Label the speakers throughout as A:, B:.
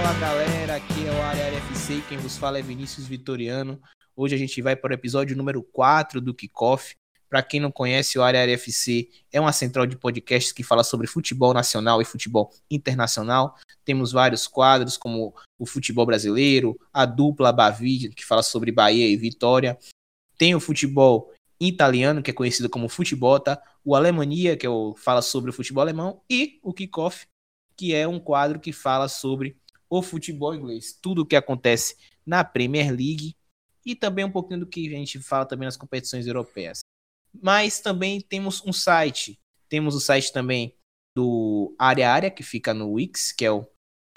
A: Fala galera, aqui é o Área FC, quem vos fala é Vinícius Vitoriano. Hoje a gente vai para o episódio número 4 do Kickoff. Para quem não conhece, o Área FC é uma central de podcasts que fala sobre futebol nacional e futebol internacional. Temos vários quadros como o futebol brasileiro, a dupla Bavi, que fala sobre Bahia e Vitória. Tem o futebol italiano, que é conhecido como Futebota, o Alemania, que fala sobre o futebol alemão, e o Kickoff, que é um quadro que fala sobre o futebol inglês, tudo o que acontece na Premier League e também um pouquinho do que a gente fala também nas competições europeias. Mas também temos um site, temos o site também do Área, que fica no Wix, que é o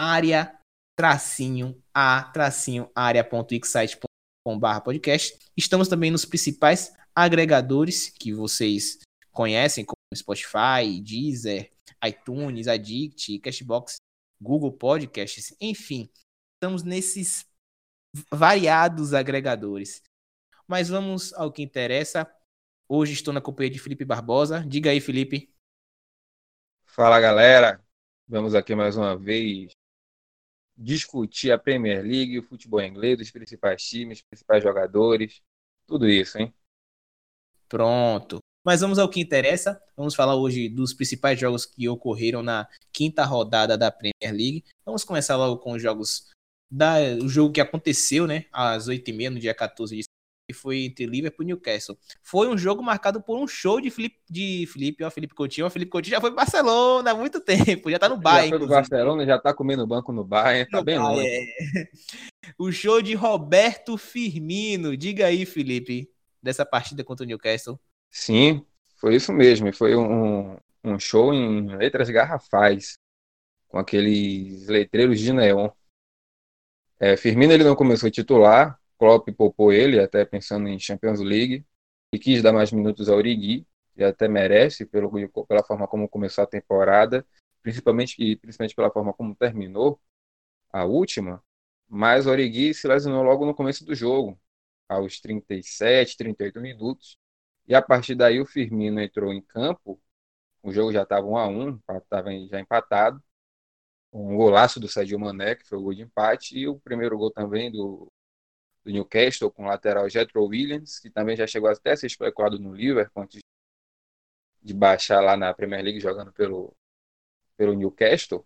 A: área-a-área.wixsite.com/podcast. Estamos também nos principais agregadores que vocês conhecem, como Spotify, Deezer, iTunes, Addict, Cashbox, Google Podcasts, enfim, estamos nesses variados agregadores. Mas vamos ao que interessa. Hoje estou na companhia de Felipe Barbosa. Diga aí, Felipe.
B: Fala, galera. Vamos aqui mais uma vez discutir a Premier League, o futebol inglês, os principais times, os principais jogadores, tudo isso, hein?
A: Pronto. Mas vamos ao que interessa. Vamos falar hoje dos principais jogos que ocorreram na quinta rodada da Premier League. Vamos começar logo com os jogos o jogo que aconteceu, né, às 8h30 no dia 14 de setembro, que foi entre Liverpool e Newcastle. Foi um jogo marcado por um show de Felipe Coutinho. O Felipe Coutinho já foi para Barcelona há muito tempo, já tá no
B: Já
A: Bayern,
B: foi pro
A: inclusive.
B: Barcelona, já tá comendo banco no Bayern, tá
A: No
B: bem longe.
A: Bayern. O show de Roberto Firmino. Diga aí, Felipe, dessa partida contra o Newcastle.
B: Sim, foi isso mesmo. Foi um show em letras garrafais, com aqueles letreiros de neon. Firmino ele não começou titular, Klopp poupou ele, até pensando em Champions League, e quis dar mais minutos ao Origi, que até merece pela forma como começou a temporada, principalmente pela forma como terminou a última, mas o Origi se lesionou logo no começo do jogo, aos 37, 38 minutos, e a partir daí o Firmino entrou em campo, o jogo já estava 1-1, estava já empatado, um golaço do Sadio Mané, que foi o gol de empate, e o primeiro gol também do Newcastle, com o lateral Jetro Williams, que também já chegou até a ser especulado no Liverpool, antes de baixar lá na Premier League jogando pelo Newcastle.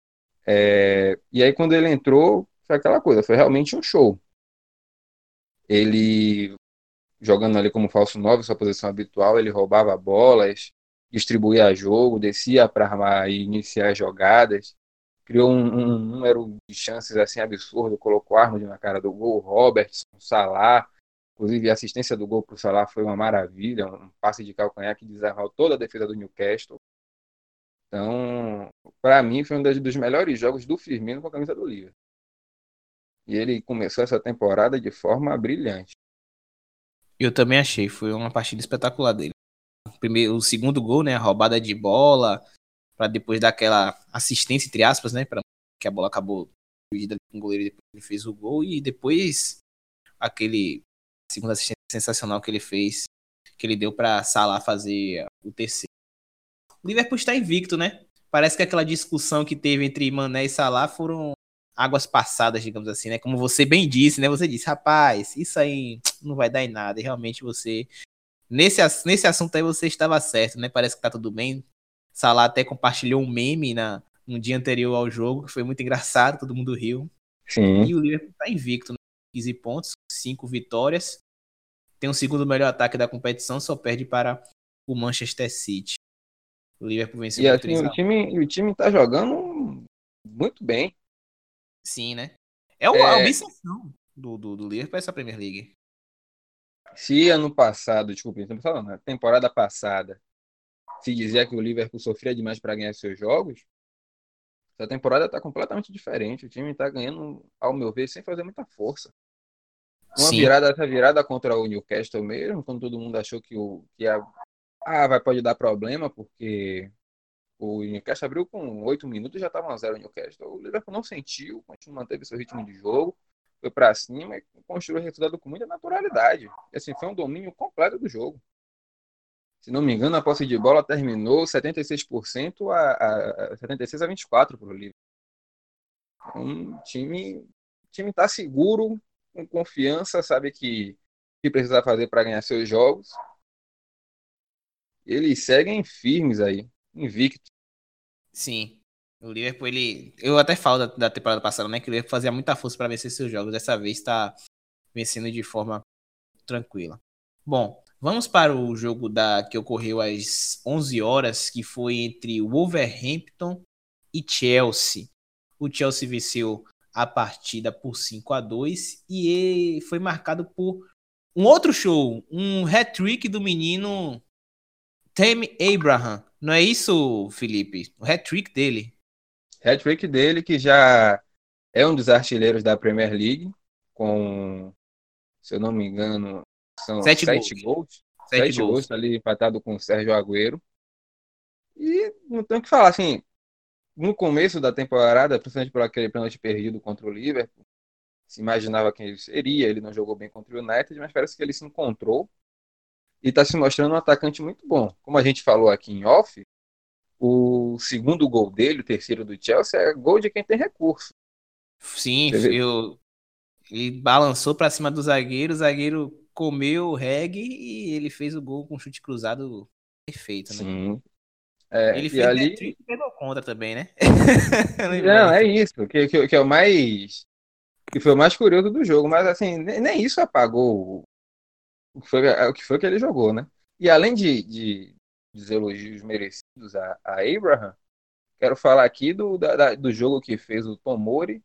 B: E aí quando ele entrou, foi aquela coisa, foi realmente um show. Ele, jogando ali como falso 9, sua posição habitual, ele roubava bolas, distribuía jogo, descia para armar e iniciar jogadas, criou um número de chances assim absurdo, colocou Arnold na cara do gol, Robertson, Salah, inclusive a assistência do gol para o Salah foi uma maravilha, um passe de calcanhar que desarmou toda a defesa do Newcastle. Então, para mim, foi um dos melhores jogos do Firmino com a camisa do Liverpool. E ele começou essa temporada de forma brilhante.
A: Eu também achei, foi uma partida espetacular dele. O segundo gol, né, a roubada de bola, para depois dar aquela assistência, entre aspas, né, para que a bola acabou dividida com o goleiro e depois ele fez o gol, e depois aquele segunda assistência sensacional que ele fez, que ele deu para Salah fazer o terceiro. O Liverpool está invicto, né? Parece que aquela discussão que teve entre Mané e Salah foram águas passadas, digamos assim, né? Como você bem disse, né? Você disse, rapaz, isso aí não vai dar em nada. E realmente você, nesse assunto aí, você estava certo, né? Parece que tá tudo bem. Salah até compartilhou um meme no dia anterior ao jogo, que foi muito engraçado, todo mundo riu.
B: Sim.
A: E o Liverpool tá invicto, né? 15 pontos, 5 vitórias. Tem o segundo melhor ataque da competição, só perde para o Manchester City. O Liverpool venceu
B: E
A: por
B: assim,
A: 3-1.
B: o time tá jogando muito bem.
A: Sim, né? É a
B: É,
A: obsessão do Liverpool essa Premier League.
B: se ano passado, desculpa, ano passado, não, na temporada passada, se dizia que o Liverpool sofria demais para ganhar seus jogos, essa temporada está completamente diferente. O time está ganhando, ao meu ver, sem fazer muita força.
A: Sim.
B: Essa virada contra o Newcastle mesmo, quando todo mundo achou pode dar problema, porque o Newcastle abriu com 8 minutos e já estava 1-0 o Newcastle. O Liverpool não sentiu, manteve seu ritmo de jogo, foi para cima e construiu o resultado com muita naturalidade. E, assim, foi um domínio completo do jogo. Se não me engano, a posse de bola terminou 76% a 76 a 24 para o Liverpool. O time tá seguro, com confiança, sabe que precisa fazer para ganhar seus jogos. Eles seguem firmes aí, invicto.
A: Sim. O Liverpool, eu até falo da temporada passada, né? Que o Liverpool fazia muita força para vencer seus jogos. Dessa vez tá vencendo de forma tranquila. Bom, vamos para o jogo que ocorreu às 11 horas, que foi entre Wolverhampton e Chelsea. O Chelsea venceu a partida por 5-2 e foi marcado por um outro show, um hat-trick do menino Tammy Abraham. Não é isso, Felipe? O hat-trick dele.
B: Hat-trick dele, que já é um dos artilheiros da Premier League, com, se eu não me engano, são
A: 7
B: sete
A: gols.
B: gols.
A: 7
B: Sete gols,
A: gols.
B: tá ali empatado com o Sérgio Agüero. E não tem o que falar, assim, no começo da temporada, principalmente por aquele pênalti perdido contra o Liverpool, se imaginava quem ele seria, ele não jogou bem contra o United, mas parece que ele se encontrou e está se mostrando um atacante muito bom. Como a gente falou aqui em off, o segundo gol dele, o terceiro do Chelsea, é gol de quem tem recurso.
A: Sim,
B: Você vê?
A: ele balançou para cima do zagueiro, o zagueiro comeu o reggae e ele fez o gol com um chute cruzado perfeito, né?
B: Sim.
A: Ele
B: E
A: fez
B: ali.
A: hat-trick e pegou contra também, né?
B: Não,
A: Lembrando.
B: é isso, que é o mais. Que foi o mais curioso do jogo, mas assim, nem isso apagou o que foi que ele jogou, né? E além dos elogios merecidos a Abraham, quero falar aqui do jogo que fez o Tomori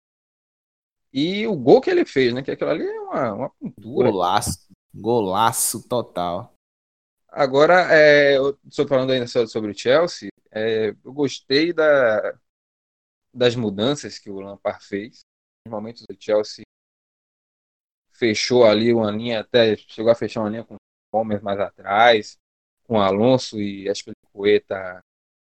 B: e o gol que ele fez, né? Que aquilo ali é uma pintura.
A: Golaço. Golaço total.
B: Agora, eu estou falando ainda sobre o Chelsea, eu gostei das mudanças que o Lampard fez. Normalmente o Chelsea fechou ali uma linha, até chegou a fechar uma linha com o Palmeiras mais atrás, com o Alonso e acho que o Coeta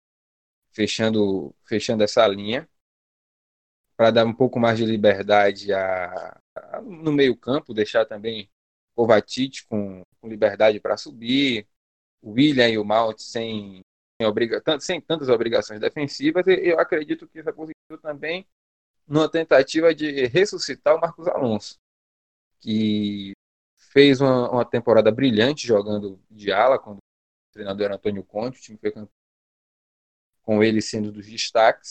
B: fechando essa linha, para dar um pouco mais de liberdade no meio-campo, deixar também o Kovacic com liberdade para subir, o William e o Mount sem tantas obrigações defensivas, e eu acredito que isso é positivo também numa tentativa de ressuscitar o Marcos Alonso, que fez uma temporada brilhante jogando de ala, quando o treinador era Antônio Conte, o time foi campeão com ele sendo dos destaques,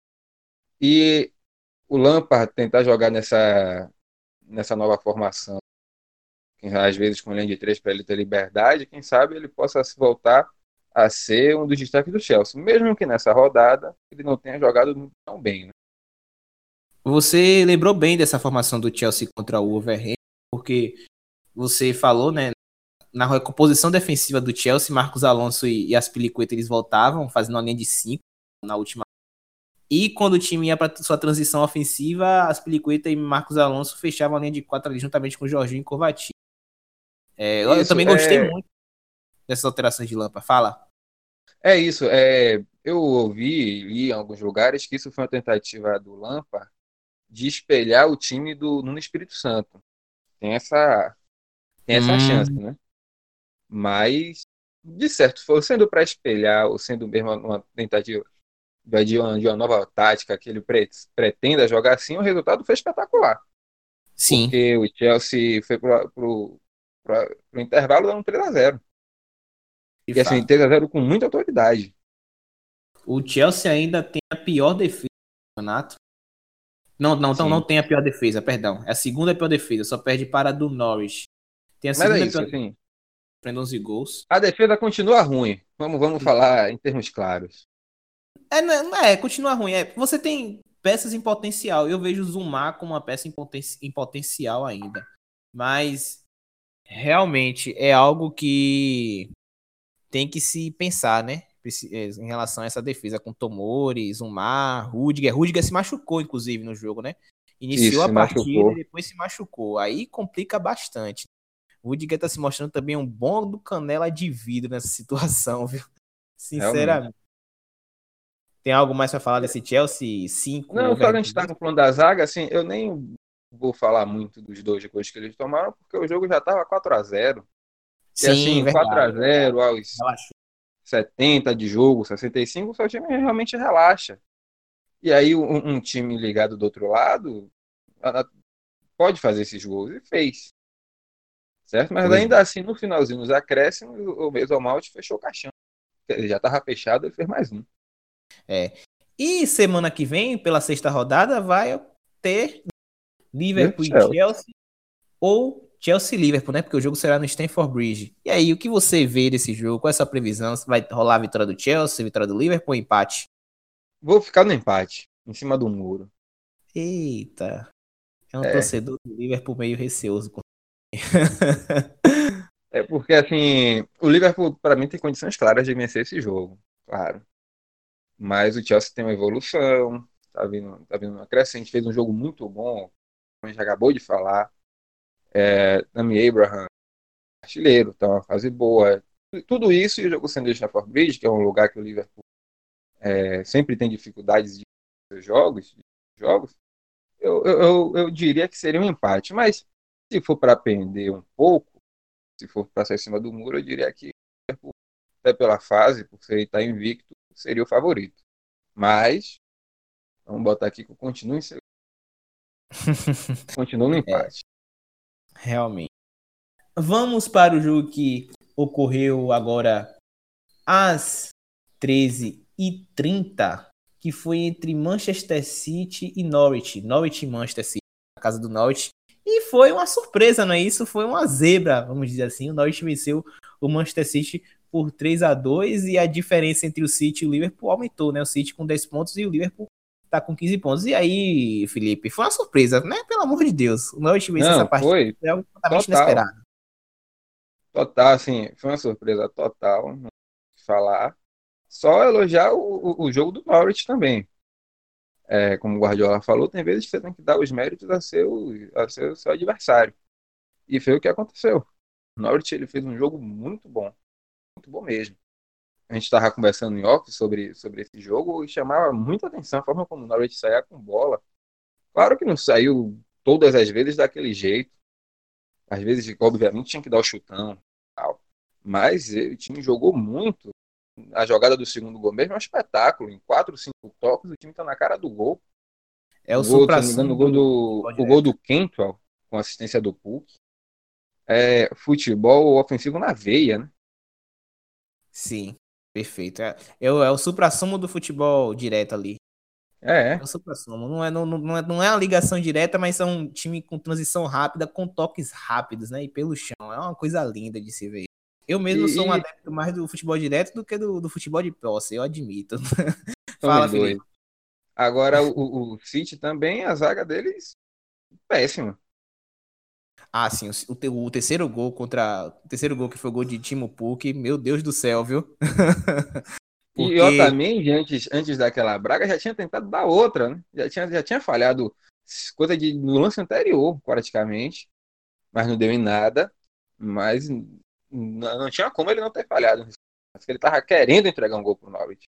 B: e o Lampard tentar jogar nessa nova formação, às vezes com linha de três para ele ter liberdade, quem sabe ele possa se voltar a ser um dos destaques do Chelsea, mesmo que nessa rodada ele não tenha jogado tão bem, né?
A: Você lembrou bem dessa formação do Chelsea contra o Wolverhampton, porque você falou, né? Na recomposição defensiva do Chelsea, Marcos Alonso e Azpilicueta eles voltavam, fazendo uma linha de 5 na última. E quando o time ia para sua transição ofensiva, Azpilicueta e Marcos Alonso fechavam a linha de 4 ali juntamente com o Jorginho e Kovacic. Eu
B: Isso,
A: também gostei muito dessas alterações de Lampa. Fala.
B: isso. Eu ouvi e li em alguns lugares que isso foi uma tentativa do Lampard de espelhar o time do Nuno Espírito Santo. Tem essa chance,
A: Hum,
B: né? Mas, de certo, for sendo para espelhar ou sendo mesmo uma tentativa de uma nova tática que ele pretenda jogar assim, o resultado foi espetacular.
A: sim,
B: Porque o Chelsea foi pro intervalo dando 3-0.
A: de
B: E assim,
A: fato.
B: 3-0 com muita autoridade.
A: O Chelsea ainda tem a pior defesa do campeonato. Não, não, então não
B: Sim.
A: tem a pior defesa, perdão. É a segunda pior defesa, só perde para a do Norwich. Tem a
B: Mas é
A: segunda
B: isso,
A: pior defesa,
B: assim.
A: 11 gols.
B: A defesa continua ruim. Vamos falar em termos claros.
A: Continua ruim. Você tem peças em potencial. Eu vejo o Zumar como uma peça em potencial ainda. Mas realmente é algo que tem que se pensar, né? Em relação a essa defesa com Tomori, Zumar, Rudiger. Rudiger se machucou, inclusive, no jogo, né? Iniciou
B: Isso,
A: a
B: se
A: partida e
B: machucou.
A: depois se machucou. Aí complica bastante. O Rudiger tá se mostrando também um bom do canela de vidro nessa situação, viu?
B: Realmente.
A: Sinceramente. Tem algo mais para falar desse Chelsea 5,
B: Não, só que a gente
A: Wolverhampton
B: está
A: 2?
B: falando da zaga, assim, eu nem vou falar muito dos dois gols que eles tomaram, porque o jogo já estava 4-0. E
A: Sim,
B: assim,
A: verdade.
B: 4-0 aos
A: Relaxou.
B: 70 de jogo, 65, o seu time realmente relaxa. E aí um time ligado do outro lado pode fazer esses gols, e fez, certo? Mas
A: Pois
B: ainda assim, no finalzinho, nos acréscimos, o Mason Mount fechou o caixão. Ele já estava fechado, ele fez mais um.
A: é. E semana que vem, pela sexta rodada, vai ter Liverpool e
B: Chelsea.
A: Chelsea ou Chelsea e Liverpool, né? Porque o jogo será no Stamford Bridge. E aí, o que você vê desse jogo? Qual é a sua previsão? Vai rolar a vitória do Chelsea, a vitória do Liverpool ou empate?
B: Vou ficar no empate, em cima do muro.
A: Eita, é um
B: É,
A: torcedor do Liverpool meio receoso.
B: é porque assim, o Liverpool para mim tem condições claras de vencer esse jogo, claro. Mas o Chelsea tem uma evolução, tá vindo uma crescente, fez um jogo muito bom, como a gente acabou de falar. Tammy Abraham, artilheiro, tá uma fase boa. Tudo isso e o jogo sendo em Stamford Bridge, que é um lugar que o Liverpool sempre tem dificuldades de jogos, eu diria que seria um empate. Mas se for para pender um pouco, se for para sair em cima do muro, eu diria que até pela fase, por ser estar invicto, seria o favorito. Mas vamos botar aqui que eu continuo no
A: É,
B: empate.
A: realmente. Vamos para o jogo que ocorreu agora às 13h30, que foi entre Manchester City e Norwich. Norwich e Manchester City, na casa do Norwich. E foi uma surpresa, não é isso? Foi uma zebra, vamos dizer assim. O Norwich venceu o Manchester City por 3-2 e a diferença entre o City e o Liverpool aumentou, né? O City com 10 pontos e o Liverpool tá com 15 pontos. E aí, Felipe, foi uma surpresa, né? Pelo amor de Deus. O Norwich venceu essa
B: Não,
A: partida,
B: foi
A: foi algo totalmente
B: total.
A: inesperado.
B: Total, assim, foi uma surpresa total, não falar. Só elogiar o jogo do Norwich também. Como o Guardiola falou, tem vezes que você tem que dar os méritos a ser o seu adversário. E foi o que aconteceu. O Norwich ele fez um jogo muito bom mesmo. A gente estava conversando em off sobre esse jogo e chamava muita atenção a forma como o Norwich saía com bola. Claro que não saiu todas as vezes daquele jeito. Às vezes, obviamente, tinha que dar o chutão, tal. Mas o time jogou muito. A jogada do segundo gol mesmo é um espetáculo. Em 4, 5 toques, o time está na cara do gol.
A: É
B: O
A: o
B: gol, se eu não me engano,
A: suprassumo do futebol
B: o gol
A: direto.
B: do Cantwell, com assistência do Puk. Futebol ofensivo na veia, né?
A: Sim, perfeito. É o suprassumo do futebol direto ali. É
B: É.
A: o suprassumo. Não é uma ligação direta, mas são um time com transição rápida, com toques rápidos, né? E pelo chão. É uma coisa linda de se ver. Eu mesmo sou um
B: E
A: adepto mais do futebol direto do que do futebol de posse, eu admito.
B: somos
A: Fala,
B: dois.
A: Felipe.
B: Agora, o City também, a zaga deles, péssima.
A: Ah, sim, o terceiro gol contra. O terceiro gol que foi o gol de Timo Pukki, meu Deus do céu, viu?
B: E
A: Porque
B: Otamendi, antes daquela braga, já tinha tentado dar outra, né? Já tinha falhado no lance anterior, praticamente, mas não deu em nada. Mas não tinha como ele não ter falhado. Acho que ele tava querendo entregar um gol pro Norwich.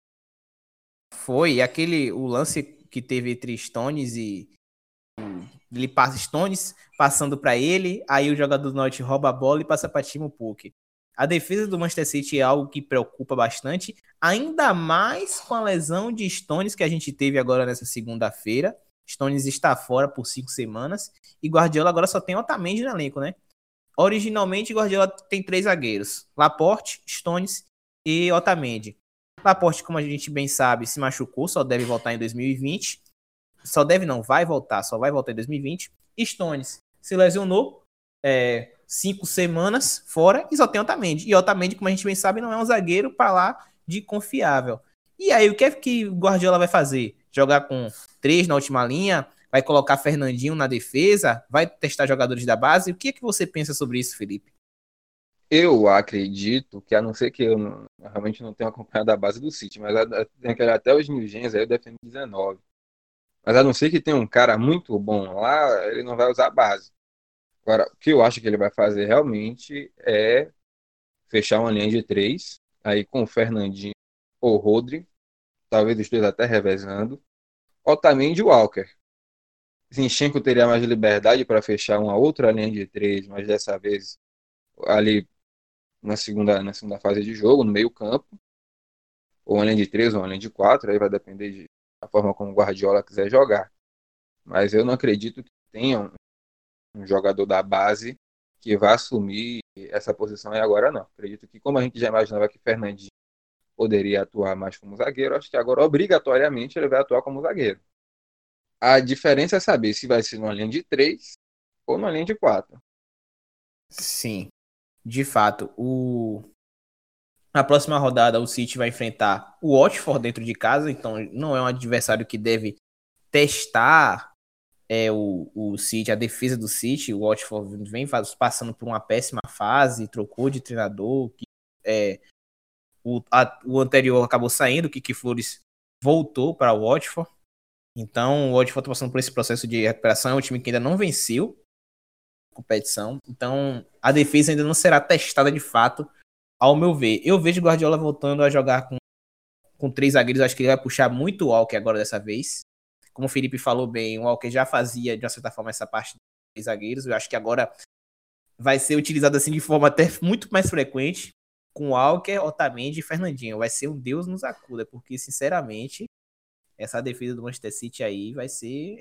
A: foi o lance que teve entre Stones e ele passa Stones passando para ele, aí o jogador do Norte rouba a bola e passa para Timo Pukki. A defesa do Manchester City é algo que preocupa bastante, ainda mais com a lesão de Stones que a gente teve agora nessa segunda-feira. Stones está fora por 5 semanas e Guardiola agora só tem Otamendi no elenco, né? Originalmente, Guardiola tem 3 zagueiros: Laporte, Stones e Otamendi. Laporte, como a gente bem sabe, se machucou, só deve voltar em 2020. Só deve não, vai voltar, só vai voltar em 2020. Stones se lesionou, 5 semanas fora, e só tem Otamendi. E Otamendi, como a gente bem sabe, não é um zagueiro para lá de confiável. E aí, o que é que o Guardiola vai fazer? Jogar com 3 na última linha? Vai colocar Fernandinho na defesa? Vai testar jogadores da base? O que é que você pensa sobre isso, Felipe?
B: Eu acredito que, a não ser que eu realmente não tenha acompanhado a base do City, mas até os New Gens aí eu defendo 19. Mas a não ser que tenha um cara muito bom lá, ele não vai usar a base. Agora, o que eu acho que ele vai fazer realmente é fechar uma linha de 3, aí com o Fernandinho ou Rodri, talvez os dois até revezando, Otamendi e Walker. Zinchenko teria mais liberdade para fechar uma outra linha de 3, mas dessa vez ali na segunda fase de jogo, no meio campo, ou uma linha de 3 ou uma linha de 4, aí vai depender da a forma como o Guardiola quiser jogar. Mas eu não acredito que tenha um jogador da base que vá assumir essa posição aí agora, não. Acredito que, como a gente já imaginava que Fernandinho poderia atuar mais como zagueiro, acho que agora, obrigatoriamente, ele vai atuar como zagueiro. A diferença é saber se vai ser numa linha de 3 ou numa linha de 4.
A: Sim, de fato. Na próxima rodada, o City vai enfrentar o Watford dentro de casa, então não é um adversário que deve testar o City, a defesa do City. O Watford vem passando por uma péssima fase, trocou de treinador, o anterior acabou saindo, o Kiki Flores voltou para o Watford. Então, o Watford está passando por esse processo de recuperação. É um time que ainda não venceu a competição. Então, a defesa ainda não será testada de fato, ao meu ver. Eu vejo o Guardiola voltando a jogar com 3 zagueiros. Eu acho que ele vai puxar muito o Walker agora dessa vez. Como o Felipe falou bem, o Walker já fazia, de uma certa forma, essa parte de 3 zagueiros. Eu acho que agora vai ser utilizado assim de forma até muito mais frequente, com Walker, Otamendi e Fernandinho. Vai ser um Deus nos acuda, porque, sinceramente, essa defesa do Manchester City aí vai ser.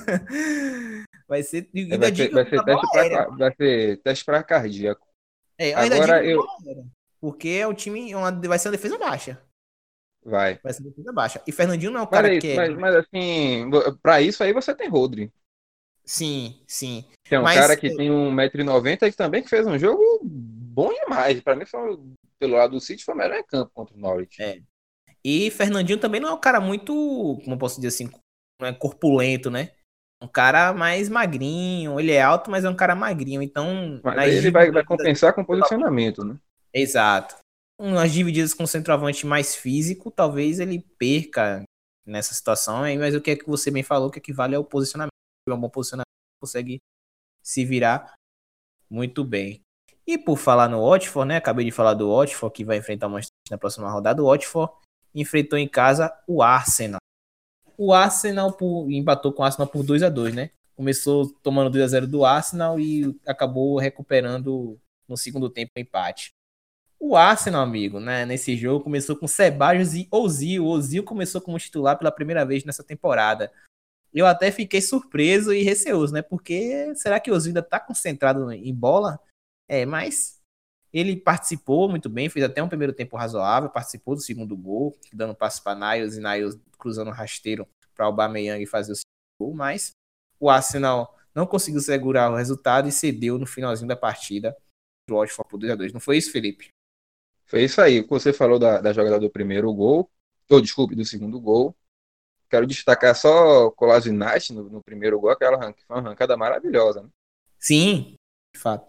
A: vai ser. Ainda digo uma bola aérea.
B: Vai ser teste para cardíaco.
A: Ainda digo
B: Agora
A: uma bola aérea. Porque é um time. Vai ser uma defesa baixa.
B: vai.
A: Vai ser uma defesa baixa. E Fernandinho não é um cara que é.
B: Mas assim, para isso aí você tem Rodri.
A: Sim, sim.
B: Que é um cara
A: Mas.
B: que tem 1,90 m e que também que fez um jogo bom demais. Para mim, pelo lado do City, foi o melhor em campo contra o Norwich.
A: E Fernandinho também não é um cara muito, como eu posso dizer assim, não é corpulento, né? Um cara mais magrinho. Ele é alto, mas é um cara magrinho. Então,
B: Mas
A: nas
B: aí ele vai
A: divididas.
B: compensar com posicionamento, né?
A: Exato. Nas divididas com centroavante mais físico, talvez ele perca nessa situação. Mas o que é que você bem falou, que vale é o posicionamento. É um bom posicionamento, consegue se virar muito bem. E por falar no Watford, né? Acabei de falar do Watford, que vai enfrentar o Manchester City na próxima rodada. O Watford enfrentou em casa o Arsenal. O Arsenal empatou com o Arsenal por 2-2, né? Começou tomando 2-0 do Arsenal e acabou recuperando no segundo tempo o empate. O Arsenal, amigo, né, nesse jogo começou com Ceballos e Ozil. O Ozil começou como titular pela primeira vez nessa temporada. Eu até fiquei surpreso e receoso, né? Porque será que o Ozil ainda tá concentrado em bola? Mas ele participou muito bem, fez até um primeiro tempo razoável, participou do segundo gol, dando passo para Niles e Niles cruzando o rasteiro para o Aubameyang fazer o segundo gol, mas o Arsenal não conseguiu segurar o resultado e cedeu no finalzinho da partida do Watford por 2-2. Não foi isso, Felipe?
B: Foi isso aí. Você falou da jogada do primeiro gol, ou desculpe, do segundo gol. Quero destacar só Kolasinac no primeiro gol, aquela foi uma arrancada maravilhosa, né?
A: Sim, de fato.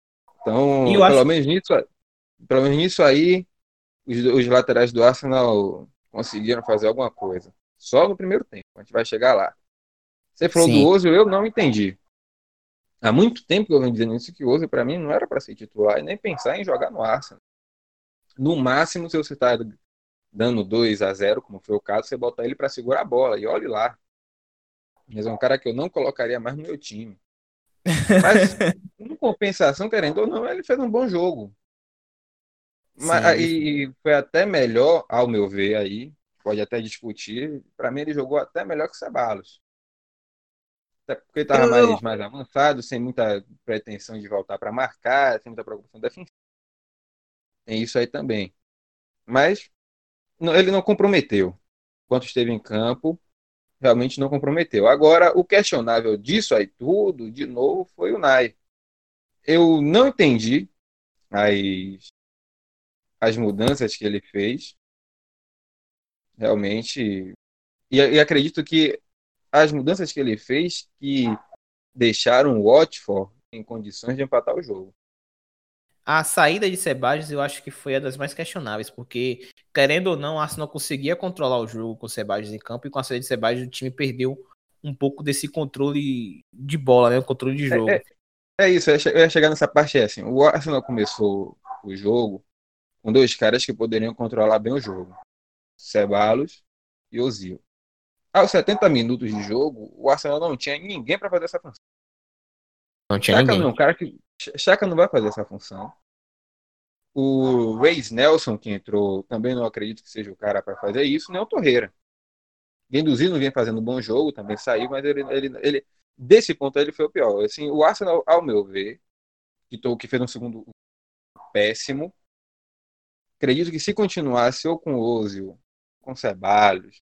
A: E
B: Então,
A: eu acho.
B: pelo menos nisso aí, os laterais do Arsenal conseguiram fazer alguma coisa. Só no primeiro tempo. A gente vai chegar lá. Você falou do
A: Sim.
B: Ozil, eu não entendi. Há muito tempo que eu venho dizendo isso, que o Ozil, para mim, não era para ser titular e nem pensar em jogar no Arsenal. No máximo, se você está dando 2-0, como foi o caso, você bota ele para segurar a bola. E olhe lá. Mas é um cara que eu não colocaria mais no meu time. Mas, em compensação, querendo ou não, ele fez um bom jogo.
A: Sim,
B: E foi até melhor, ao meu ver, aí, pode até discutir. Para mim, ele jogou até melhor que o Ceballos. Até porque ele estava
A: eu,
B: mais avançado, sem muita pretensão de voltar para marcar, sem muita preocupação defensiva. Tem isso aí também. Mas ele não comprometeu. Enquanto esteve em campo, realmente não comprometeu. Agora, o questionável disso aí tudo, de novo, foi o Nai. Eu não entendi as mudanças que ele fez, realmente. E acredito que as mudanças que ele fez que deixaram o Watford em condições de empatar o jogo.
A: A saída de Ceballos eu acho que foi a das mais questionáveis, porque, querendo ou não, o Arsenal conseguia controlar o jogo com o Ceballos em campo, e com a saída de Ceballos o time perdeu um pouco desse controle de bola, né? O controle de
B: É,
A: jogo.
B: é, é isso, eu ia chegar nessa parte assim. O Arsenal começou o jogo com dois caras que poderiam controlar bem o jogo. Ceballos e Ozil. Aos 70 minutos de jogo, o Arsenal não tinha ninguém para fazer essa função.
A: Não tinha
B: Chaka não,
A: ninguém.
B: cara que Chaka não vai fazer essa função. O Reis Nelson que entrou, também não acredito que seja o cara para fazer isso, nem o Torreira. Guendouzi não vinha fazendo um bom jogo, também saiu, mas ele desse ponto ele foi o pior. Assim, o Arsenal, ao meu ver, que fez um segundo péssimo, acredito que se continuasse ou com o Ozil, com o Ceballos,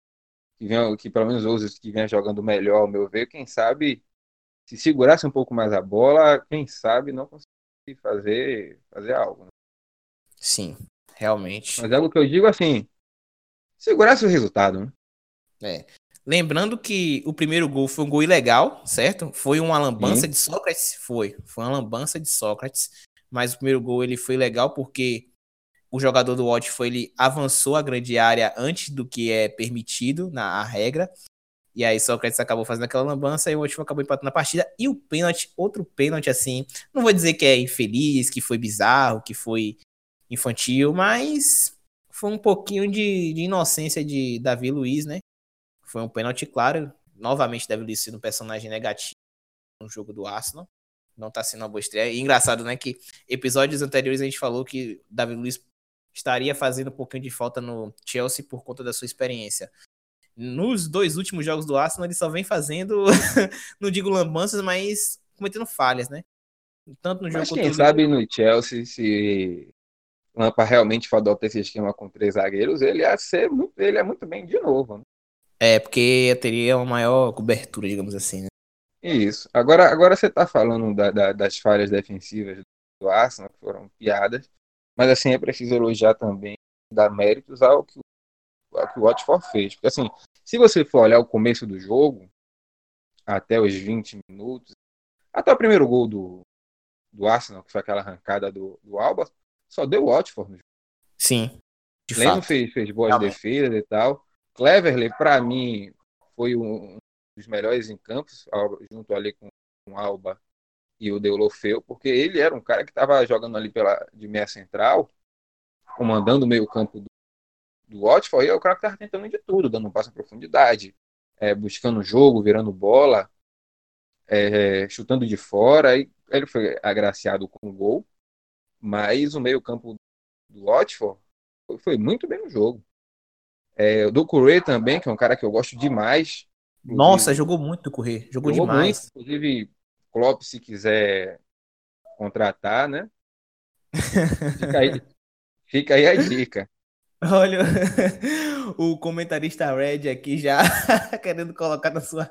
B: que pelo menos o Ozil que vinha jogando melhor, ao meu ver, quem sabe, se segurasse um pouco mais a bola, quem sabe não conseguir fazer algo. Né?
A: Sim, realmente.
B: Mas é algo que eu digo assim, segurasse o resultado. Né?
A: É. Lembrando que o primeiro gol foi um gol ilegal, certo? Foi uma lambança
B: Sim.
A: de Sócrates? Foi uma lambança de Sócrates. Mas o primeiro gol ele foi legal porque o jogador do Watford ele avançou a grande área antes do que é permitido na regra. E aí Sócrates acabou fazendo aquela lambança e o Watford acabou empatando a partida. E o pênalti, outro pênalti assim, não vou dizer que é infeliz, que foi bizarro, que foi infantil, mas foi um pouquinho de inocência de Davi Luiz, né? Foi um pênalti claro. Novamente Davi Luiz sendo um personagem negativo no jogo do Arsenal. Não tá sendo uma boa estreia. E engraçado, né, que episódios anteriores a gente falou que Davi Luiz estaria fazendo um pouquinho de falta no Chelsea por conta da sua experiência. Nos 2 últimos jogos do Arsenal, ele só vem fazendo, não digo lambanças, mas cometendo falhas, né? Tanto no jogo
B: Mas
A: contra
B: quem
A: o
B: sabe
A: Liverpool.
B: no Chelsea, se Lampard realmente for adotar esse esquema com 3 zagueiros, ele é muito bem de novo. Né?
A: É, porque teria uma maior cobertura, digamos assim, né?
B: Isso. Agora você está falando das falhas defensivas do Arsenal, que foram piadas, mas assim, é preciso elogiar também, dar méritos ao que o Watford fez. Porque assim, se você for olhar o começo do jogo, até os 20 minutos, até o primeiro gol do Arsenal, que foi aquela arrancada do Alba, só deu o Watford no jogo.
A: Sim, de
B: Leno
A: fato.
B: fez boas
A: Realmente.
B: defesas e tal. Cleverley, para mim, foi um dos melhores em campos, junto ali com o Alba e o Deulofeu, porque ele era um cara que estava jogando ali de meia central, comandando o meio campo do Watford, e é o cara que estava tentando de tudo, dando um passo em profundidade, buscando o jogo, virando bola, chutando de fora, e ele foi agraciado com o gol, mas o meio campo do Watford foi muito bem no jogo. O Doucouré também, que é um cara que eu gosto demais,
A: Nossa,
B: inclusive,
A: jogou muito correr, jogou
B: jogou muito,
A: demais.
B: inclusive Klopp, se quiser contratar, né? Fica aí, fica aí a dica.
A: Olha, o comentarista Red aqui já querendo colocar na sua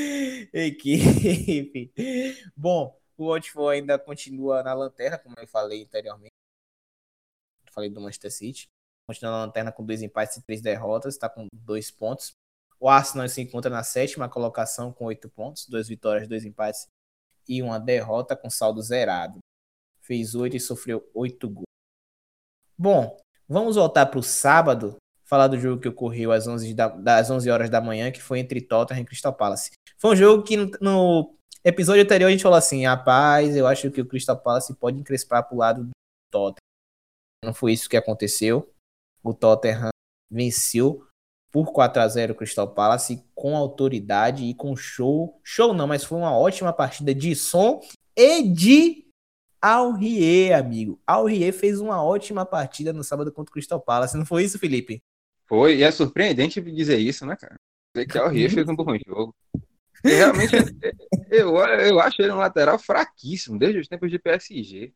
A: equipe. Bom, o Watford ainda continua na lanterna, como eu falei anteriormente. Falei do Manchester City. Continua na lanterna com 2 empates e 3 derrotas, está com 2 pontos. O Arsenal se encontra na 7ª colocação com 8 pontos, 2 vitórias, 2 empates e uma derrota com saldo zerado. Fez 8 e sofreu 8 gols. Bom, vamos voltar para o sábado, falar do jogo que ocorreu às 11 horas da manhã, que foi entre Tottenham e Crystal Palace. Foi um jogo que no episódio anterior a gente falou assim, rapaz, eu acho que o Crystal Palace pode encrespar para o lado do Tottenham. Não foi isso que aconteceu. O Tottenham venceu por 4-0 o Crystal Palace com autoridade e com show. Show não, mas foi uma ótima partida de som e de Aurier, amigo. Aurier fez uma ótima partida no sábado contra o Crystal Palace. Não foi isso, Felipe?
B: Foi, e é surpreendente dizer isso, né, cara? Dizer que o Rie fez um bom jogo. Porque realmente eu acho ele um lateral fraquíssimo, desde os tempos de PSG.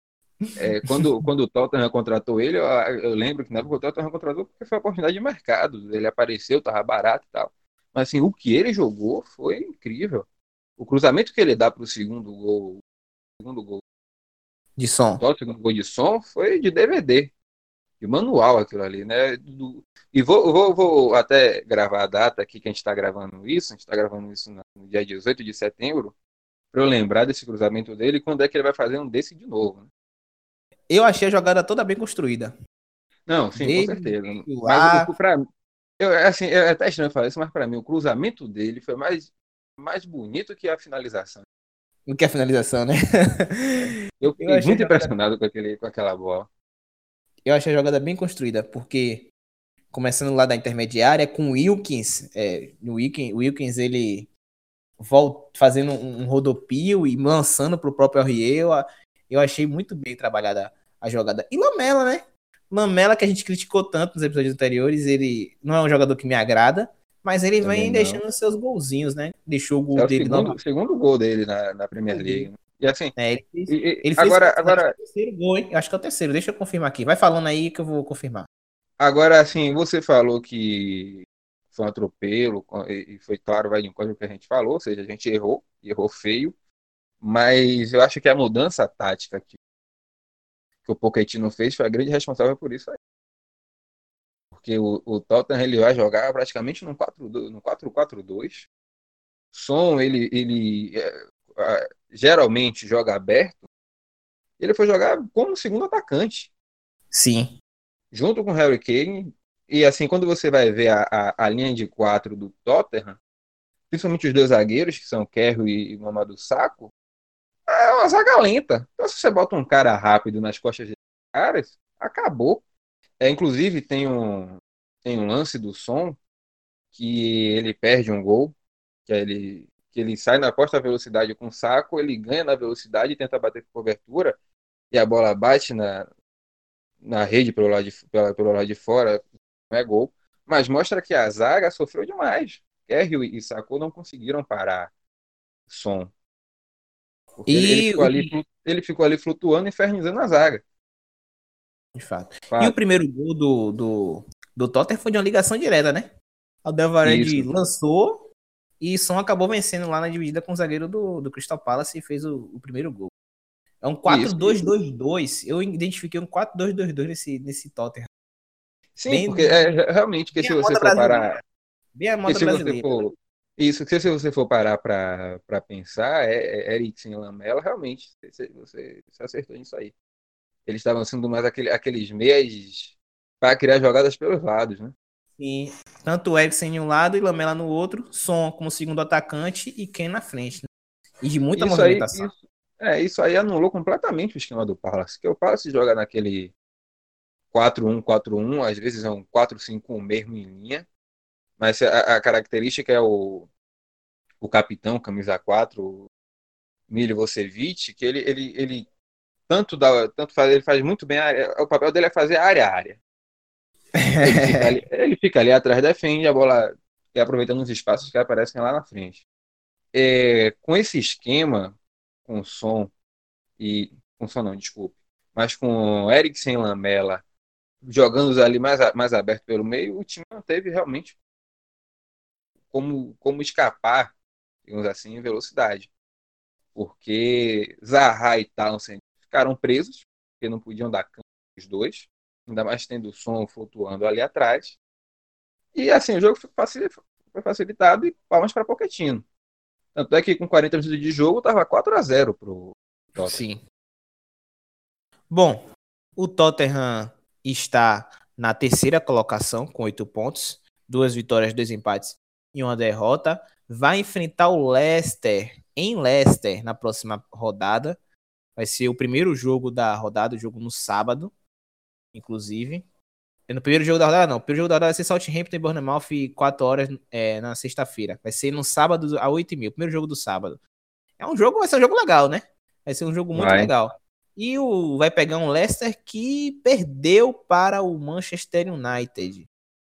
B: Quando o Tottenham contratou ele, eu lembro que na época o Tottenham contratou porque foi uma oportunidade de mercado. Ele apareceu, tava barato e tal. Mas assim, o que ele jogou foi incrível. O cruzamento que ele dá para o segundo gol
A: De
B: do
A: som.
B: Tottenham, o segundo gol de som, foi de DVD, de manual aquilo ali, né? E vou até gravar a data aqui que a gente está gravando isso. A gente está gravando isso no dia 18 de setembro, para eu lembrar desse cruzamento dele e quando é que ele vai fazer um desse de novo, né?
A: Eu achei a jogada toda bem construída.
B: Não, sim, com
A: Desde
B: certeza.
A: o
B: Mas
A: ar,
B: assim, é até estranho falar isso, mas para mim o cruzamento dele foi mais bonito que a finalização.
A: não quer finalização, né?
B: Eu
A: Eu
B: fiquei
A: achei a
B: muito
A: jogada,
B: impressionado com aquela bola.
A: eu achei a jogada bem construída, porque começando lá da intermediária com o Wilkins, o Wilkins ele fazendo um rodopio e lançando pro próprio Aurier, eu achei muito bem trabalhada a jogada. E Lamela, né? Lamela, que a gente criticou tanto nos episódios anteriores, ele não é um jogador que me agrada, Mas ele
B: Também
A: vem
B: não.
A: deixando seus golzinhos, né? Deixou o
B: É
A: gol
B: o
A: dele
B: segundo,
A: novamente.
B: segundo gol dele na Premier League, né? E assim,
A: É, ele fez,
B: agora,
A: acho que é
B: agora,
A: o terceiro gol, hein? Acho que é o terceiro, deixa eu confirmar aqui. Vai falando aí que eu vou confirmar.
B: agora, assim, você falou que foi um atropelo, e foi claro, vai de encontro ao que a gente falou, ou seja, a gente errou, e errou feio, mas eu acho que a mudança tática que o Pochettino fez foi a grande responsável por isso aí. Porque o Tottenham ele vai jogar praticamente no 4-2, no 4-4-2. Som, geralmente joga aberto, ele foi jogar como segundo atacante,
A: Sim.
B: junto com o Harry Kane. E assim, quando você vai ver a linha de quatro do Tottenham, principalmente os dois zagueiros, que são Kerr e Mamadou Sakho, é uma zaga lenta. Então, se você bota um cara rápido nas costas desses caras, acabou. Inclusive, tem um lance do Som que ele perde um gol, que ele sai na posta velocidade com o Sakho, ele ganha na velocidade e tenta bater com cobertura, e a bola bate na rede pelo lado de fora, não é gol. Mas mostra que a zaga sofreu demais. Kerr e Sakho não conseguiram parar o Som. Porque ele
A: E
B: ficou ali, ele ficou ali flutuando, infernizando a zaga.
A: de fato. E o
B: Fato.
A: primeiro gol do Tottenham foi de uma ligação direta, né? O Alderweireld
B: Isso,
A: lançou e Son acabou vencendo lá na dividida com o zagueiro do Crystal Palace e fez o primeiro gol. É um
B: isso.
A: 4-2-2-2. Eu identifiquei um 4-2-2-2 nesse Tottenham.
B: Sim, porque
A: Bem,
B: realmente que
A: bem
B: se
A: a
B: você
A: moda
B: for
A: brasileira.
B: parar,
A: Bem a
B: que
A: moda
B: se você
A: brasileira.
B: for isso, que se você for parar para pensar, Eriksen e Lamela, realmente, você acertou nisso aí. Eles estavam sendo mais aqueles meias para criar jogadas pelos lados, né?
A: E tanto o Eriksen em um lado e Lamela no outro, Son como segundo atacante e Ken na frente, né? E de muita
B: Isso aí,
A: movimentação.
B: isso aí anulou completamente o esquema do Palace, que o Palace joga naquele 4-1-4-1, às vezes é um 4-5-1 mesmo em linha, mas a característica é o capitão, camisa 4, Milivojevic, que ele tanto faz, ele faz muito bem a área, o papel dele é fazer área a área. Ele fica ali atrás, defende a bola e aproveitando os espaços que aparecem lá na frente. Com esse esquema, com som e com som não, desculpe, mas com Eriksen e Lamela jogando ali mais aberto pelo meio, o time não teve realmente como escapar, digamos assim, em velocidade. Porque Zaha e Townsend ficaram presos, porque não podiam dar campo os dois, ainda mais tendo o som flutuando ali atrás. E assim, o jogo foi facilitado e palmas para Pochettino. Tanto é que com 40 minutos de jogo estava 4-0 pro Tottenham.
A: Sim. Bom, o Tottenham está na terceira colocação com 8 pontos, 2 vitórias, 2 empates e uma derrota. Vai enfrentar o Leicester em Leicester na próxima rodada. Vai ser o primeiro jogo da rodada, o jogo no sábado, inclusive. No primeiro jogo da rodada, não. O primeiro jogo da rodada vai ser Southampton e Bournemouth 4 horas na sexta-feira. Vai ser no sábado, a 8h30. O primeiro jogo do sábado. Vai ser um jogo legal, né? Vai ser um jogo muito
B: Vai.
A: legal. E vai pegar um Leicester que perdeu para o Manchester United.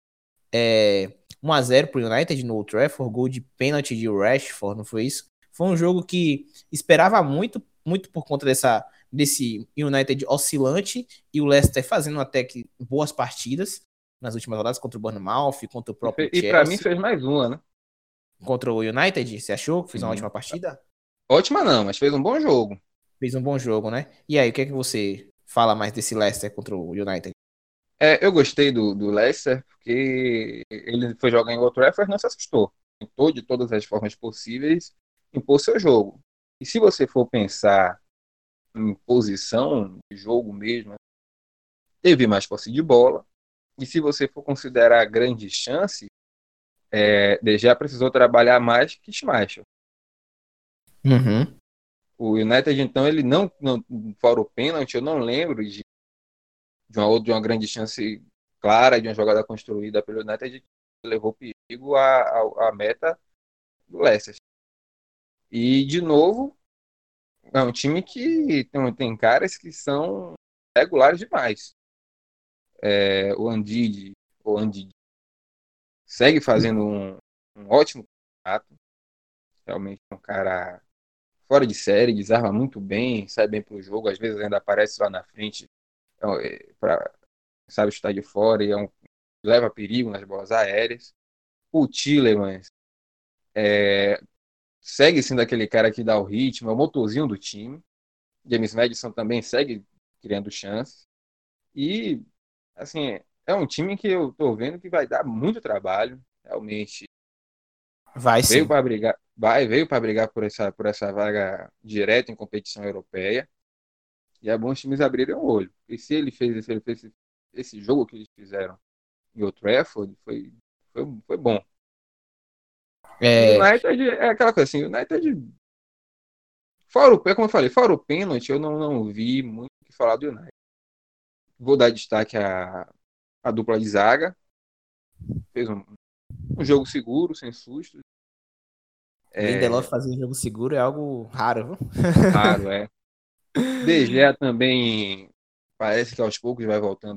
A: 1-0 para o United no Old Trafford, gol de pênalti de Rashford, não foi isso? Foi um jogo que esperava muito, muito por conta desse United oscilante e o Leicester fazendo até que boas partidas nas últimas rodadas contra o Bournemouth, contra o próprio
B: E para mim
A: Chelsea,
B: fez mais uma, né?
A: contra o United. Você achou que fez uma
B: Sim.
A: ótima partida?
B: Ótima não, mas fez um bom jogo.
A: Fez um bom jogo, né? E aí, o que é que você fala mais desse Leicester contra o United?
B: Eu gostei do Leicester, porque ele foi jogar em Old Trafford e não se assustou. Tentou de todas as formas possíveis impor seu jogo. E se você for pensar em posição de jogo mesmo, teve mais posse de bola. E se você for considerar grande chance, De Gea precisou trabalhar mais que Schmeichel.
A: Uhum.
B: O United, então, ele não fora o pênalti, eu não lembro de uma grande chance clara, de uma jogada construída pelo United que levou perigo à meta do Leicester. E, de novo, é um time que tem caras que são regulares demais. O Ndidi segue fazendo um ótimo campeonato. Realmente é um cara fora de série, desarma muito bem, sai bem pro jogo, às vezes ainda aparece lá na frente para sabe chutar de fora e leva perigo nas bolas aéreas. O Tielemans segue sendo aquele cara que dá o ritmo, é o motorzinho do time. James Madison também segue criando chances. E, assim, é um time que eu tô vendo que vai dar muito trabalho. Realmente
A: Vai
B: veio
A: sim.
B: para brigar, veio para brigar por essa vaga direta em competição europeia. E é bom os times abrirem o olho. E se ele fez esse jogo que eles fizeram em Old Trafford, foi bom. E o
A: É,
B: United é aquela coisa assim, o United, fora como eu falei, fora o pênalti, eu não vi muito o que falar do United. Vou dar destaque à dupla de zaga. Fez um jogo seguro, sem sustos.
A: Lindelof
B: É
A: fazer um jogo seguro é algo raro, viu?
B: raro, é. De Gea também parece que aos poucos vai voltando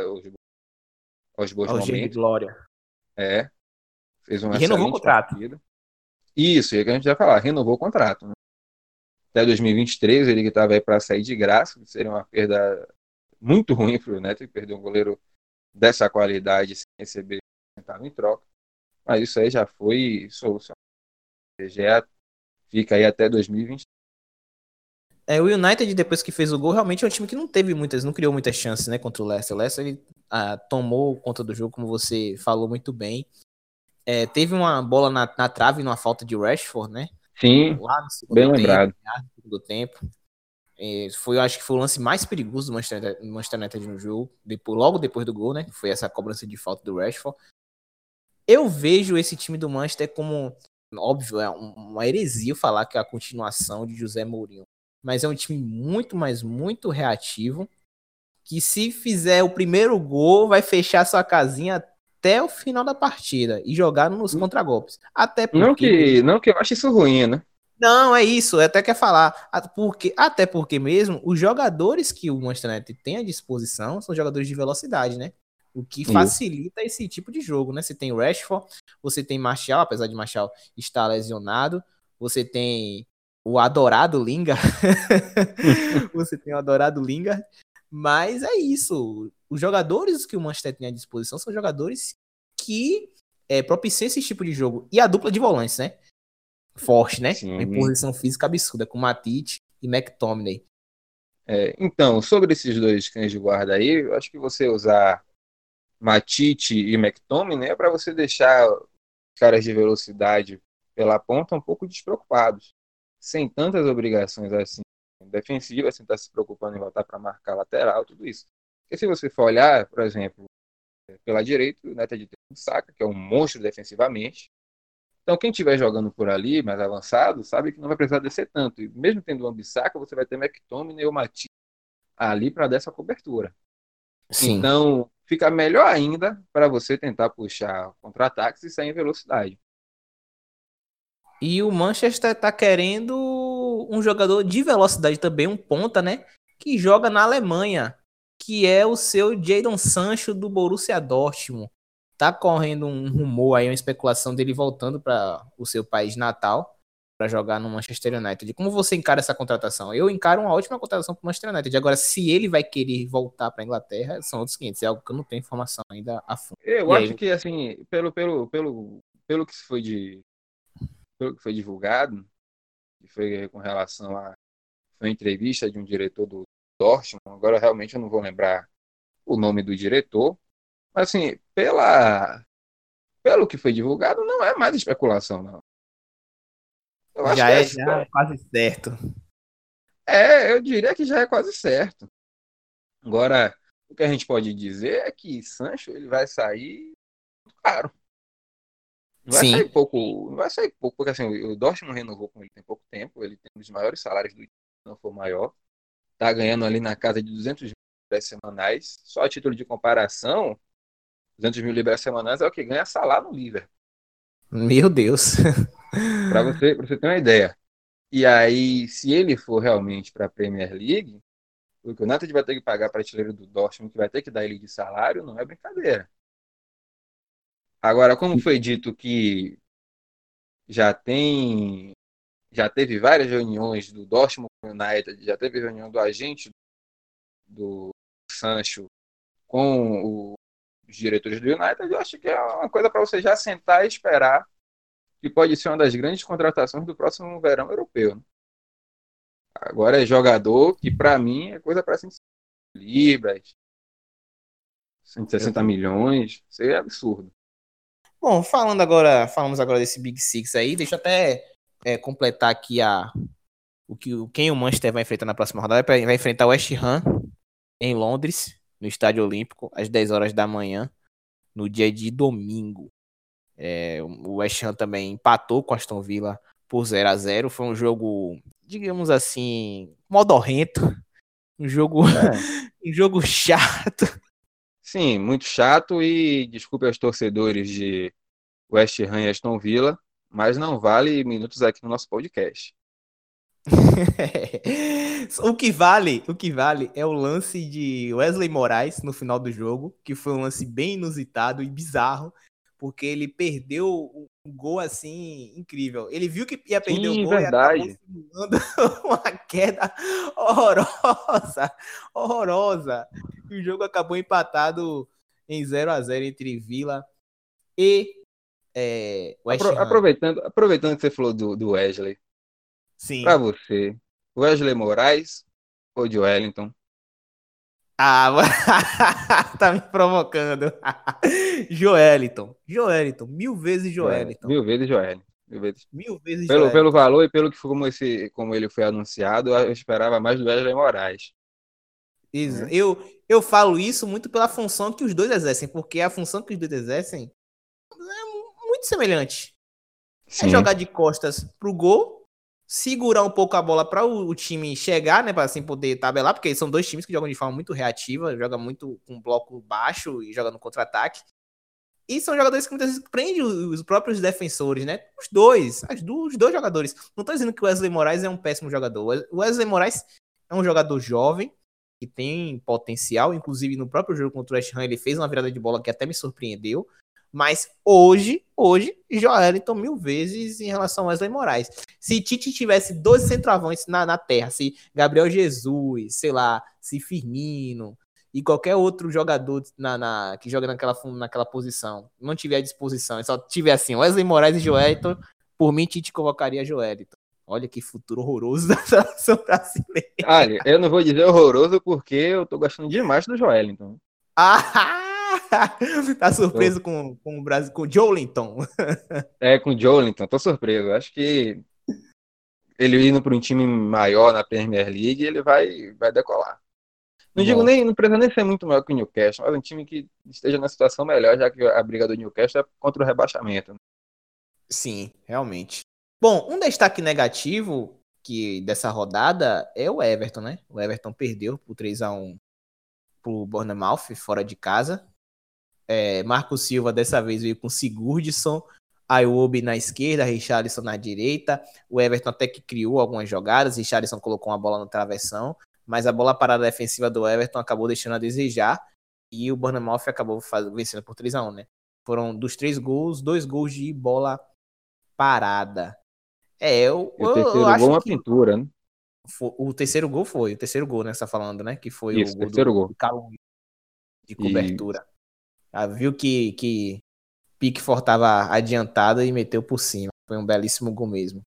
B: aos bons
A: Ao G de
B: momentos.
A: glória.
B: É, fez uma
A: E renovou o
B: excelente
A: contrato.
B: partida. Isso, é que a gente vai falar, renovou o contrato, né? Até 2023, ele que estava aí para sair de graça, que seria uma perda muito ruim para o United, perder um goleiro dessa qualidade sem receber centavo em troca. Mas isso aí já foi solução. Já fica aí até 2020.
A: O United, depois que fez o gol, realmente é um time que não criou muitas chances, né, contra o Leicester. O Leicester ele, tomou conta do jogo, como você falou muito bem. Teve uma bola na trave, numa falta de Rashford, né?
B: Sim,
A: Lá no
B: bem lembrado.
A: segundo tempo. Acho que foi o lance mais perigoso do Manchester United no jogo, logo depois do gol, né? Foi essa cobrança de falta do Rashford. Eu vejo esse time do Manchester como, óbvio, é uma heresia falar que é a continuação de José Mourinho. Mas é um time muito, mas muito reativo, que se fizer o primeiro gol, vai fechar sua casinha até o final da partida e jogar nos contragolpes. Até
B: Não
A: porque
B: que,
A: mesmo.
B: não que eu ache isso ruim, né?
A: Não, é isso, eu até quer falar. Até porque mesmo os jogadores que o Manchester United tem à disposição são jogadores de velocidade, né? O que
B: Isso.
A: facilita esse tipo de jogo, né? Você tem o Rashford, você tem Martial, apesar de Martial estar lesionado, você tem o adorado Lingard, você tem o adorado Lingard, mas é isso. Os jogadores que o Manchester tem à disposição são jogadores que propiciam esse tipo de jogo. E a dupla de volantes, né? Forte, né? Uma
B: Sim.
A: imposição física absurda, com Matite e McTominay.
B: Então, sobre esses dois cães de guarda aí, eu acho que você usar Matite e McTominay, né, para você deixar os caras de velocidade pela ponta um pouco despreocupados, sem tantas obrigações assim defensivas, sem estar se preocupando em voltar para marcar lateral, tudo isso. Porque se você for olhar, por exemplo, pela direita, o United tem um Saka, que é um monstro defensivamente. Então, quem estiver jogando por ali, mais avançado, sabe que não vai precisar descer tanto. E mesmo tendo o Ambissaca, você vai ter McTominay ou Matite ali para dar essa cobertura.
A: Sim.
B: Então, fica melhor ainda para você tentar puxar contra-ataques e sair em velocidade.
A: E o Manchester tá querendo um jogador de velocidade também, um ponta, né? Que joga na Alemanha, que é o seu Jadon Sancho do Borussia Dortmund. Tá correndo um rumor aí, uma especulação dele voltando para o seu país natal para jogar no Manchester United. Como você encara essa contratação? Eu encaro uma ótima contratação para o Manchester United. Agora, se ele vai querer voltar para a Inglaterra, são outros 500. É algo que eu não tenho informação ainda a fundo.
B: Eu
A: E
B: acho
A: aí,
B: que, assim, pelo que foi divulgado, que foi com relação a uma entrevista de um diretor do Dortmund, agora realmente eu não vou lembrar o nome do diretor, mas, assim, pelo que foi divulgado, não é mais especulação, não. Eu acho que
A: já é quase certo.
B: eu diria que já é quase certo. Agora, o que a gente pode dizer é que Sancho ele vai sair caro. Não vai sair
A: Sim.
B: pouco, não vai sair pouco, porque assim, o Dortmund renovou com ele tem pouco tempo, ele tem um dos maiores salários do time, se não for maior. Tá ganhando ali na casa de 200 mil libras semanais. Só a título de comparação, 200 mil libras semanais é o que ganha salário no Liverpool.
A: Meu Deus.
B: Para você ter uma ideia. E aí, se ele for realmente para a Premier League, o que o United vai ter que pagar a prateleira do Dortmund, que vai ter que dar ele de salário, não é brincadeira. Agora, como foi dito que já teve várias reuniões do Dortmund United, já teve reunião do agente do Sancho com os diretores do United. Eu acho que é uma coisa para você já sentar e esperar, que pode ser uma das grandes contratações do próximo verão europeu, né? Agora é jogador que, para mim, é coisa para 150 libras, 160 milhões. Isso aí é absurdo.
A: Bom, falamos agora desse Big Six aí. Deixa eu até completar aqui quem o Manchester vai enfrentar na próxima rodada. Vai enfrentar o West Ham em Londres, no Estádio Olímpico, às 10 horas da manhã, no dia de domingo. O West Ham também empatou com o Aston Villa por 0-0. Foi um jogo, digamos assim, modorrento. Um jogo, um jogo chato.
B: Sim, muito chato, e desculpe aos torcedores de West Ham e Aston Villa, mas não vale minutos aqui no nosso podcast.
A: O que vale é o lance de Wesley Moraes no final do jogo, que foi um lance bem inusitado e bizarro, porque ele perdeu um gol assim incrível. Ele viu que ia perder o gol e acabou simulando uma queda horrorosa. E o jogo acabou empatado em 0-0 entre Villa e West Ham.
B: Aproveitando que você falou do Wesley,
A: sim.
B: Pra você, Wesley Moraes ou de Wellington?
A: Ah, tá me provocando. Joeliton, mil vezes Joeliton.
B: Mil vezes Joeliton.
A: Mil vezes
B: Pelo valor e pelo que como ele foi anunciado, eu esperava mais do Wesley Moraes.
A: Isso. Eu falo isso muito pela função que os dois exercem, porque a função que os dois exercem é muito semelhante. Sim. É jogar de costas pro gol, segurar um pouco a bola para o time chegar, né, para assim poder tabelar, porque são dois times que jogam de forma muito reativa, jogam muito com bloco baixo e jogam no contra-ataque. E são jogadores que muitas vezes prendem os próprios defensores, né? Os dois jogadores. Não tô dizendo que o Wesley Moraes é um péssimo jogador. O Wesley Moraes é um jogador jovem, que tem potencial. Inclusive, no próprio jogo contra o West Ham, ele fez uma virada de bola que até me surpreendeu. Mas hoje, Joeliton mil vezes em relação ao Wesley Moraes. Se Tite tivesse 12 centroavantes na terra, se Gabriel Jesus, sei lá, se Firmino e qualquer outro jogador que joga naquela posição não tiver à disposição, só tiver assim, Wesley Moraes e Joeliton, por mim, Tite convocaria Joeliton. Olha que futuro horroroso da seleção brasileira.
B: Olha, eu não vou dizer horroroso porque eu tô gostando demais do Joeliton.
A: Tá surpreso com o Brasil, com o Joelinton?
B: Com o Joelinton, tô surpreso. Acho que ele indo para um time maior na Premier League, ele vai decolar. Não precisa nem ser muito maior que o Newcastle, mas um time que esteja na situação melhor, já que a briga do Newcastle é contra o rebaixamento.
A: Sim, realmente. Bom, um destaque negativo dessa rodada é o Everton, né? O Everton perdeu por 3-1 pro Bournemouth, fora de casa. Marco Silva dessa vez veio com Sigurdsson, Iwobi na esquerda, Richarlison na direita. O Everton até que criou algumas jogadas, Richarlison colocou uma bola no travessão, mas a bola parada defensiva do Everton acabou deixando a desejar e o Bournemouth acabou vencendo por 3-1, né? Foram dos 3 gols, 2 gols de bola parada.
B: O terceiro gol é uma pintura, né?
A: O terceiro gol, né? Você tá falando, né? Que foi
B: isso,
A: o gol
B: do
A: Calum de cobertura. Viu que Pickford estava adiantado e meteu por cima. Foi um belíssimo gol mesmo.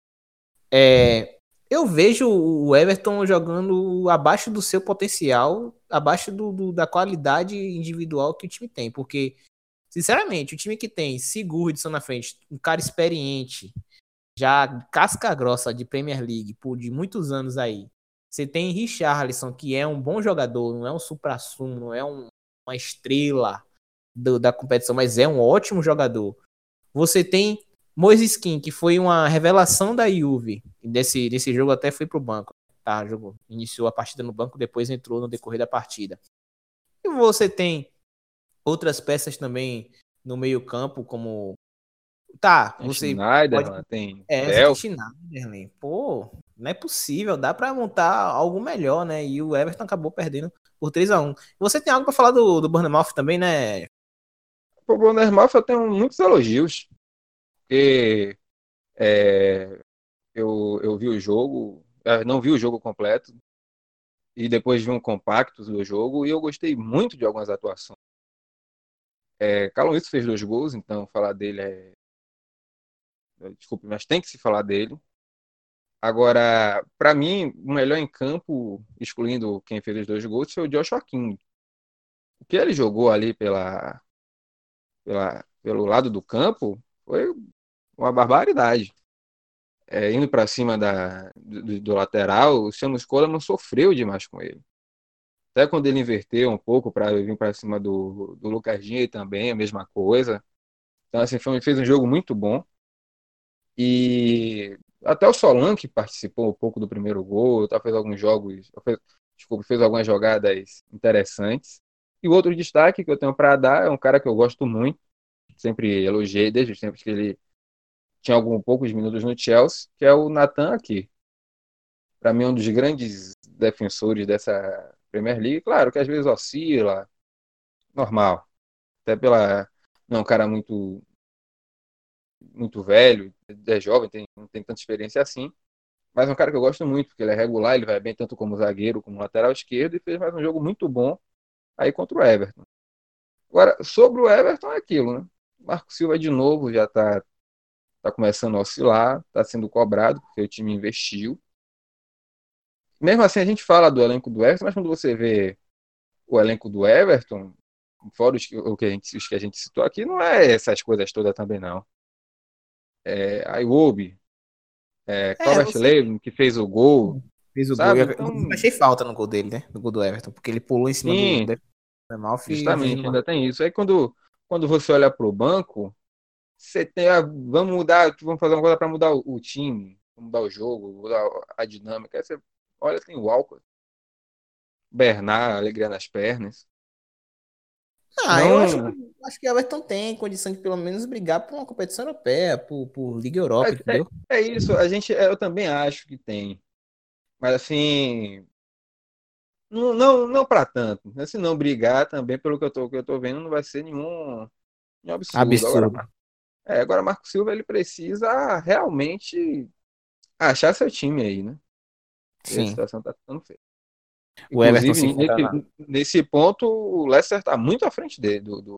A: Eu vejo o Everton jogando abaixo do seu potencial, abaixo da qualidade individual que o time tem. Porque, sinceramente, o time que tem Sigurdsson na frente, um cara experiente, já casca grossa de Premier League de muitos anos aí. Você tem Richarlison, que é um bom jogador, não é um supra-sumo, não é uma estrela da competição, mas é um ótimo jogador. Você tem Moise Kean, que foi uma revelação da Juve. Desse jogo até foi pro banco. Tá, iniciou a partida no banco, depois entrou no decorrer da partida. E você tem outras peças também no meio-campo, como você
B: Schneiderlin, tem
A: Schneiderlin. Pô, não é possível, dá pra montar algo melhor, né? E o Everton acabou perdendo por 3-1. Você tem algo pra falar do Bournemouth também, né?
B: O Bournemouth eu tenho muitos elogios, porque Eu vi o jogo, não vi o jogo completo, e depois vi um compacto do jogo, e eu gostei muito de algumas atuações. Callum Wilson fez 2 gols, então falar dele Desculpe, mas tem que se falar dele. Agora, para mim, o melhor em campo, excluindo quem fez os 2 gols, foi o Joshua King. O que ele jogou ali pelo lado do campo foi uma barbaridade. Indo para cima do lateral, o Seamus Coleman sofreu demais com ele. Até quando ele inverteu um pouco para vir para cima do Lucas Digne também, a mesma coisa. Então, assim, fez um jogo muito bom. E até o Solan, que participou um pouco do primeiro gol, fez alguns jogos, fez algumas jogadas interessantes. E o outro destaque que eu tenho para dar é um cara que eu gosto muito, sempre elogiei desde os tempos que ele tinha poucos minutos no Chelsea, que é o Nathan Ake. Para mim, é um dos grandes defensores dessa Premier League. Claro que às vezes oscila, normal. Até não é um cara muito velho, é jovem, não tem tanta experiência assim. Mas é um cara que eu gosto muito, porque ele é regular, ele vai bem tanto como zagueiro como lateral esquerdo e fez mais um jogo muito bom aí contra o Everton. Agora, sobre o Everton é aquilo, né? Marco Silva de novo já tá começando a oscilar, tá sendo cobrado, porque o time investiu. Mesmo assim, a gente fala do elenco do Everton, mas quando você vê o elenco do Everton, fora os que a gente citou aqui, não é essas coisas todas também, não. Iwobi,
A: Você
B: Kovacic, que fez o gol,
A: fez o gol.
B: sabe?
A: Eu
B: Então,
A: achei falta no gol dele, né? No gol do Everton, porque ele pulou em cima do
B: sim,
A: Malf e o juiz não
B: justamente,
A: marcou.
B: ainda tem isso. Aí quando você olha para o banco, você tem, vamos mudar, vamos fazer uma coisa para mudar o time, mudar o jogo, mudar a dinâmica. Aí você olha, tem o Walcott, Bernard, alegria nas pernas.
A: Eu
B: Não,
A: acho que o Everton tem condição de pelo menos brigar por uma competição europeia, por Liga Europa,
B: é, é,
A: entendeu?
B: é isso. Eu também acho que tem, mas assim, não para tanto. Né? Se não brigar também, pelo que eu tô vendo, não vai ser nenhum absurdo.
A: Absurdo.
B: Agora Marco Silva ele precisa realmente achar seu time aí, né? E a
A: Sim.
B: situação tá ficando feia.
A: O Everton
B: Inclusive,
A: se encontra na.
B: nesse ponto, o Leicester está muito à frente dele,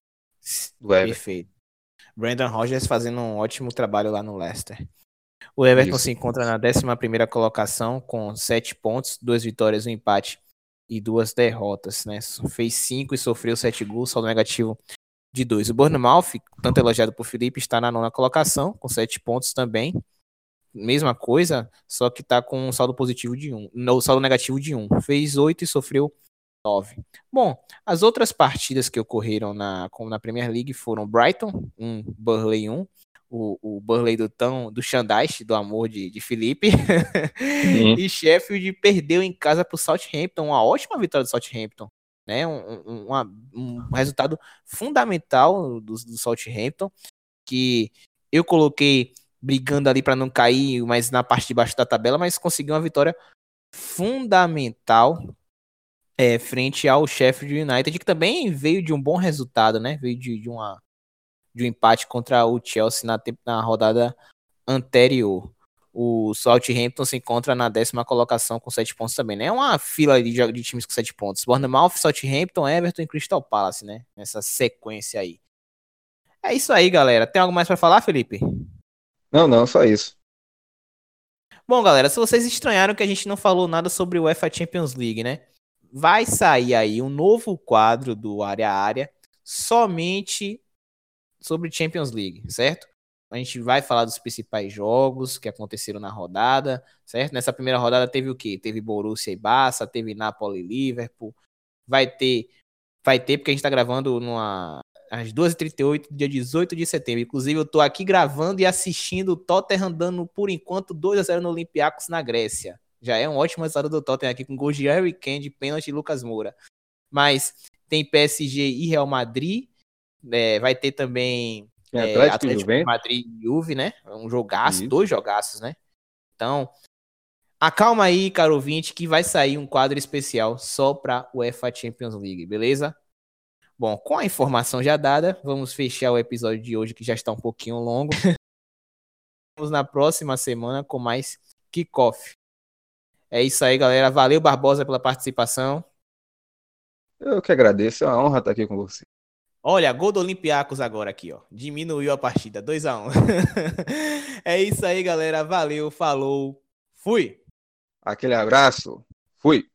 B: do Everton.
A: Perfeito. Brandon Rodgers fazendo um ótimo trabalho lá no Leicester. O Everton
B: Isso.
A: se encontra na 11ª colocação com 7 pontos, 2 vitórias, um empate e 2 derrotas, né? Fez 5 e sofreu 7 gols, saldo negativo de 2. O Bournemouth, tanto elogiado por Felipe, está na 9ª colocação com 7 pontos também. Mesma coisa, só que está com um saldo positivo de 1, no saldo negativo de 1. Fez 8 e sofreu 9. Bom, as outras partidas que ocorreram como na Premier League foram Brighton 1, Burnley 1. O Burnley do Xandais, do amor de Felipe.
B: Sim.
A: E Sheffield perdeu em casa para o Southampton. Uma ótima vitória do Southampton. Né? Um resultado fundamental do Southampton, que eu coloquei brigando ali para não cair, mas na parte de baixo da tabela, mas conseguiu uma vitória fundamental frente ao Sheffield United, que também veio de um bom resultado, né? Veio de um empate contra o Chelsea na rodada anterior. O Southampton se encontra na 10ª colocação com 7 pontos também, né? É uma fila de times com 7 pontos. Bournemouth, Southampton, Everton e Crystal Palace, né? Nessa sequência aí. É isso aí, galera. Tem algo mais para falar, Felipe?
B: Não, só isso.
A: Bom, galera, se vocês estranharam que a gente não falou nada sobre o UEFA Champions League, né? Vai sair aí um novo quadro do Área a Área somente sobre Champions League, certo? A gente vai falar dos principais jogos que aconteceram na rodada, certo? Nessa primeira rodada teve o quê? Teve Borussia e Barça, teve Napoli e Liverpool. Vai ter porque a gente tá gravando às 2h38, dia 18 de setembro. Inclusive, eu tô aqui gravando e assistindo o Tottenham dando, por enquanto, 2-0 no Olympiacos na Grécia. Já é um ótimo resultado do Tottenham aqui, com gols de Harry Kane, de pênalti e Lucas Moura. Mas tem PSG e Real Madrid. Vai ter também
B: Tem Atlético e
A: Atlético de
B: Juventus.
A: Madrid e Juve, né? Um jogaço,
B: Isso.
A: 2 jogaços, né? Então, acalma aí, caro ouvinte, que vai sair um quadro especial só para o UEFA Champions League, beleza? Bom, com a informação já dada, vamos fechar o episódio de hoje, que já está um pouquinho longo. na próxima semana com mais Kickoff. É isso aí, galera. Valeu, Barbosa, pela participação.
B: Eu que agradeço, é uma honra estar aqui com você.
A: Olha, gol do Olympiacos agora aqui, ó. Diminuiu a partida, 2-1. É isso aí, galera. Valeu, falou, fui.
B: Aquele abraço, fui!